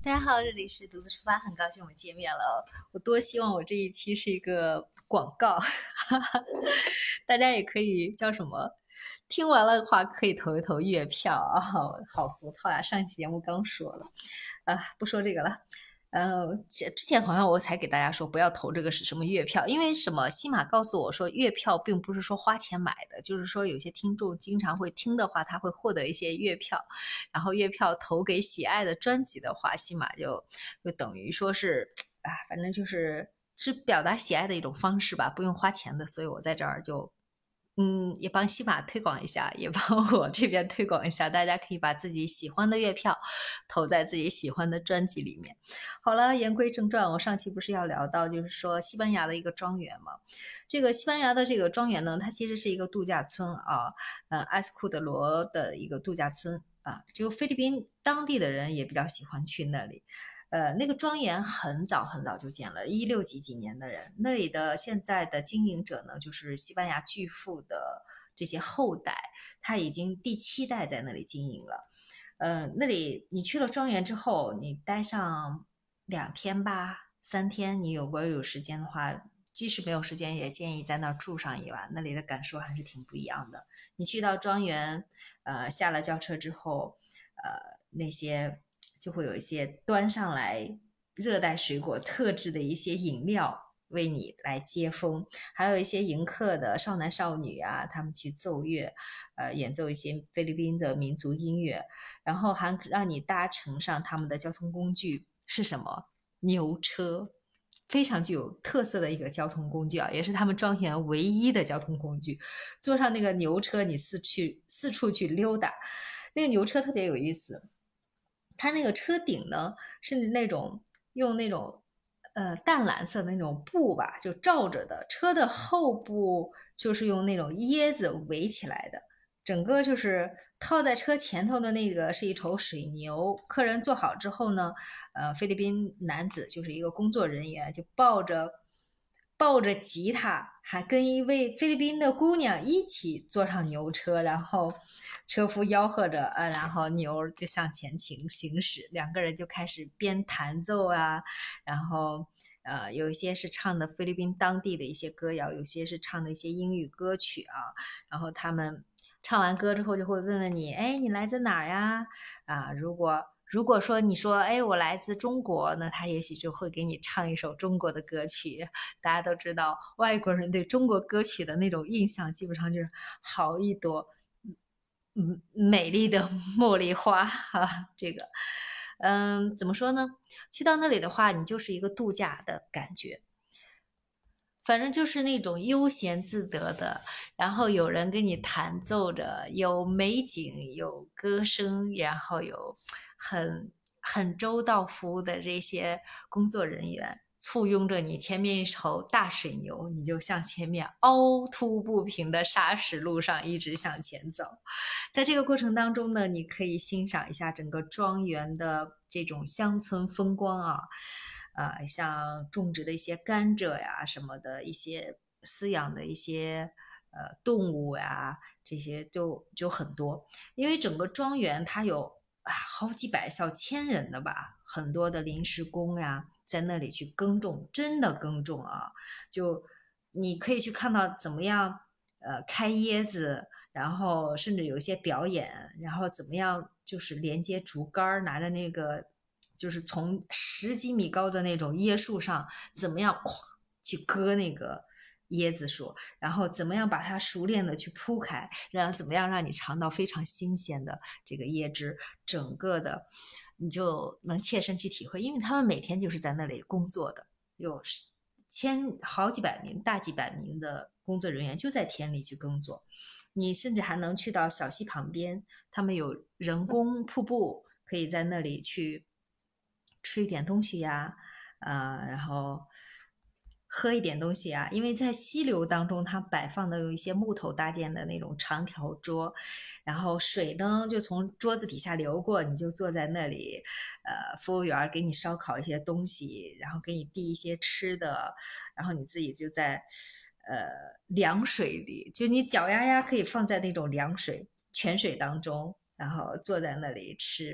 大家好，这里是独自出发，很高兴我们见面了。我多希望我这一期是一个广告，大家也可以叫什么？听完了的话可以投一投月票啊，好俗套呀！上期节目刚说了，不说这个了。之前好像我才给大家说不要投这个是什么月票，因为什么？西马告诉我说月票并不是说花钱买的，就是说有些听众经常会听的话，他会获得一些月票，然后月票投给喜爱的专辑的话，西马就等于说是，反正是表达喜爱的一种方式吧，不用花钱的，所以我在这儿就。也帮西马推广一下，也帮我这边推广一下。大家可以把自己喜欢的月票投在自己喜欢的专辑里面。好了，言归正传，我上期不是要聊到，就是说西班牙的一个庄园嘛。这个西班牙的这个庄园呢，它其实是一个度假村啊，埃斯库德罗的一个度假村啊，就菲律宾当地的人也比较喜欢去那里。那个庄园很早很早就建了，16几年的人，那里的现在的经营者呢，就是西班牙巨富的这些后代，他已经第7代在那里经营了。那里你去了庄园之后，你待上2天吧，3天，你有时间的话，即使没有时间，也建议在那儿住上一晚，那里的感受还是挺不一样的。你去到庄园，下了轿车之后，那些就会有一些端上来热带水果特制的一些饮料为你来接风，还有一些迎客的少男少女啊，他们去奏乐，演奏一些菲律宾的民族音乐，然后还让你搭乘上他们的交通工具是什么？牛车。非常具有特色的一个交通工具啊，也是他们庄园唯一的交通工具。坐上那个牛车，你四处去溜达，那个牛车特别有意思。它那个车顶呢是那种用那种淡蓝色的那种布吧，就罩着的。车的后部就是用那种椰子围起来的，整个就是套在车前头的那个是一头水牛。客人坐好之后呢，菲律宾男子就是一个工作人员，就抱着吉他，还跟一位菲律宾的姑娘一起坐上牛车，然后车夫吆喝着，然后牛就向前行驶，两个人就开始边弹奏啊，然后有一些是唱的菲律宾当地的一些歌谣，有些是唱的一些英语歌曲啊，然后他们唱完歌之后就会问问你，哎，你来自哪儿呀？如果说你说，哎，我来自中国，那他也许就会给你唱一首中国的歌曲。大家都知道，外国人对中国歌曲的那种印象，基本上就是好一朵美丽的茉莉花哈。这个，怎么说呢？去到那里的话，你就是一个度假的感觉。反正就是那种悠闲自得的，然后有人跟你弹奏着，有美景，有歌声，然后有很周到服务的这些工作人员簇拥着你，前面一头大水牛，你就向前面凹凸不平的沙石路上一直向前走。在这个过程当中呢，你可以欣赏一下整个庄园的这种乡村风光啊。像种植的一些甘蔗呀什么的，一些饲养的一些动物呀，这些就很多。因为整个庄园它有好几百小千人的吧，很多的临时工呀，在那里去耕种，真的耕种啊，就你可以去看到怎么样开椰子。然后甚至有一些表演，然后怎么样就是连接竹竿，拿着那个就是从十几米高的那种椰树上，怎么样去割那个椰子树，然后怎么样把它熟练的去铺开，然后怎么样让你尝到非常新鲜的这个椰汁，整个的你就能切身去体会，因为他们每天就是在那里工作的，有好几百名、大几百名的工作人员就在田里去耕作。你甚至还能去到小溪旁边，他们有人工瀑布，可以在那里去吃一点东西呀，然后喝一点东西啊。因为在溪流当中，它摆放的有一些木头搭建的那种长条桌，然后水呢就从桌子底下流过，你就坐在那里，服务员给你烧烤一些东西，然后给你递一些吃的，然后你自己就在凉水里，就你脚丫丫可以放在那种凉水泉水当中，然后坐在那里吃。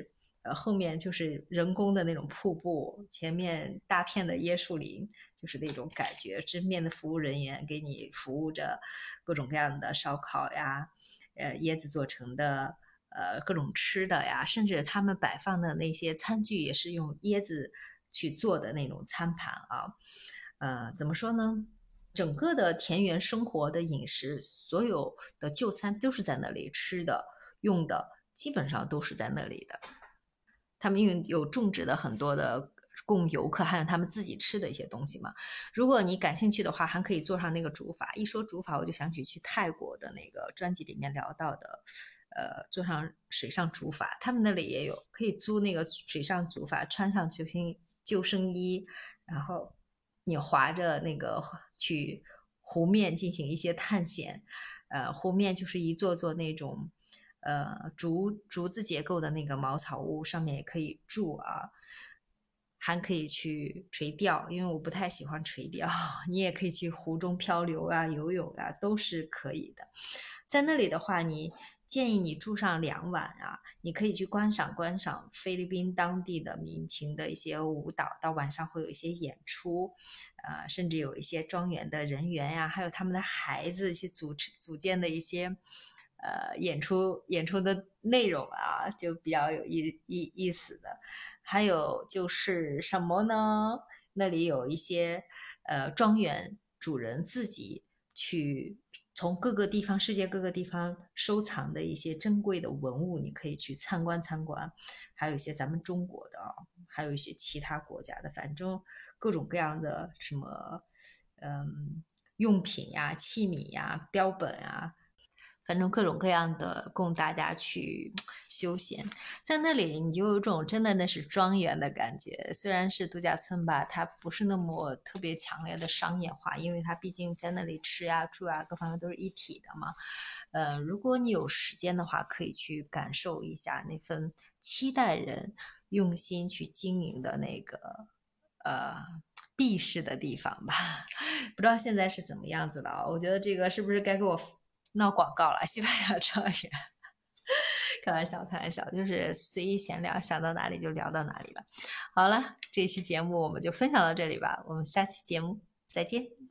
后面就是人工的那种瀑布，前面大片的椰树林，就是那种感觉。正面的服务人员给你服务着各种各样的烧烤呀，椰子做成的各种吃的呀，甚至他们摆放的那些餐具也是用椰子去做的那种餐盘啊。怎么说呢？整个的田园生活的饮食，所有的就餐都是在那里吃的、用的，基本上都是在那里的。他们因为有种植的很多的供游客，还有他们自己吃的一些东西嘛。如果你感兴趣的话，还可以做上那个煮法。一说煮法，我就想起去泰国的那个专辑里面聊到的，做上水上煮法，他们那里也有，可以租那个水上煮法，穿上救生衣，然后你划着那个去湖面进行一些探险。湖面就是一座座那种竹子结构的那个茅草屋，上面也可以住啊，还可以去垂钓，因为我不太喜欢垂钓，你也可以去湖中漂流啊、游泳啊，都是可以的。在那里的话，建议你住上2晚啊，你可以去观赏菲律宾当地的民情的一些舞蹈，到晚上会有一些演出，甚至有一些庄园的人员呀，还有他们的孩子去组建的一些演出的内容啊，就比较有意思的。还有就是什么呢？那里有一些庄园主人自己去从世界各个地方收藏的一些珍贵的文物，你可以去参观参观。还有一些咱们中国的，还有一些其他国家的，反正各种各样的什么用品呀、器皿呀、标本啊，反正各种各样的供大家去休闲。在那里你就有种真的那是庄园的感觉，虽然是度假村吧，它不是那么特别强烈的商业化，因为它毕竟在那里吃呀、住啊各方面都是一体的嘛。如果你有时间的话，可以去感受一下那份期待人用心去经营的那个呃避世的地方吧。不知道现在是怎么样子的啊？我觉得这个是不是该给我闹广告了？西班牙庄园，开玩笑，开玩笑，就是随意闲聊，想到哪里就聊到哪里了。好了，这期节目我们就分享到这里吧，我们下期节目再见。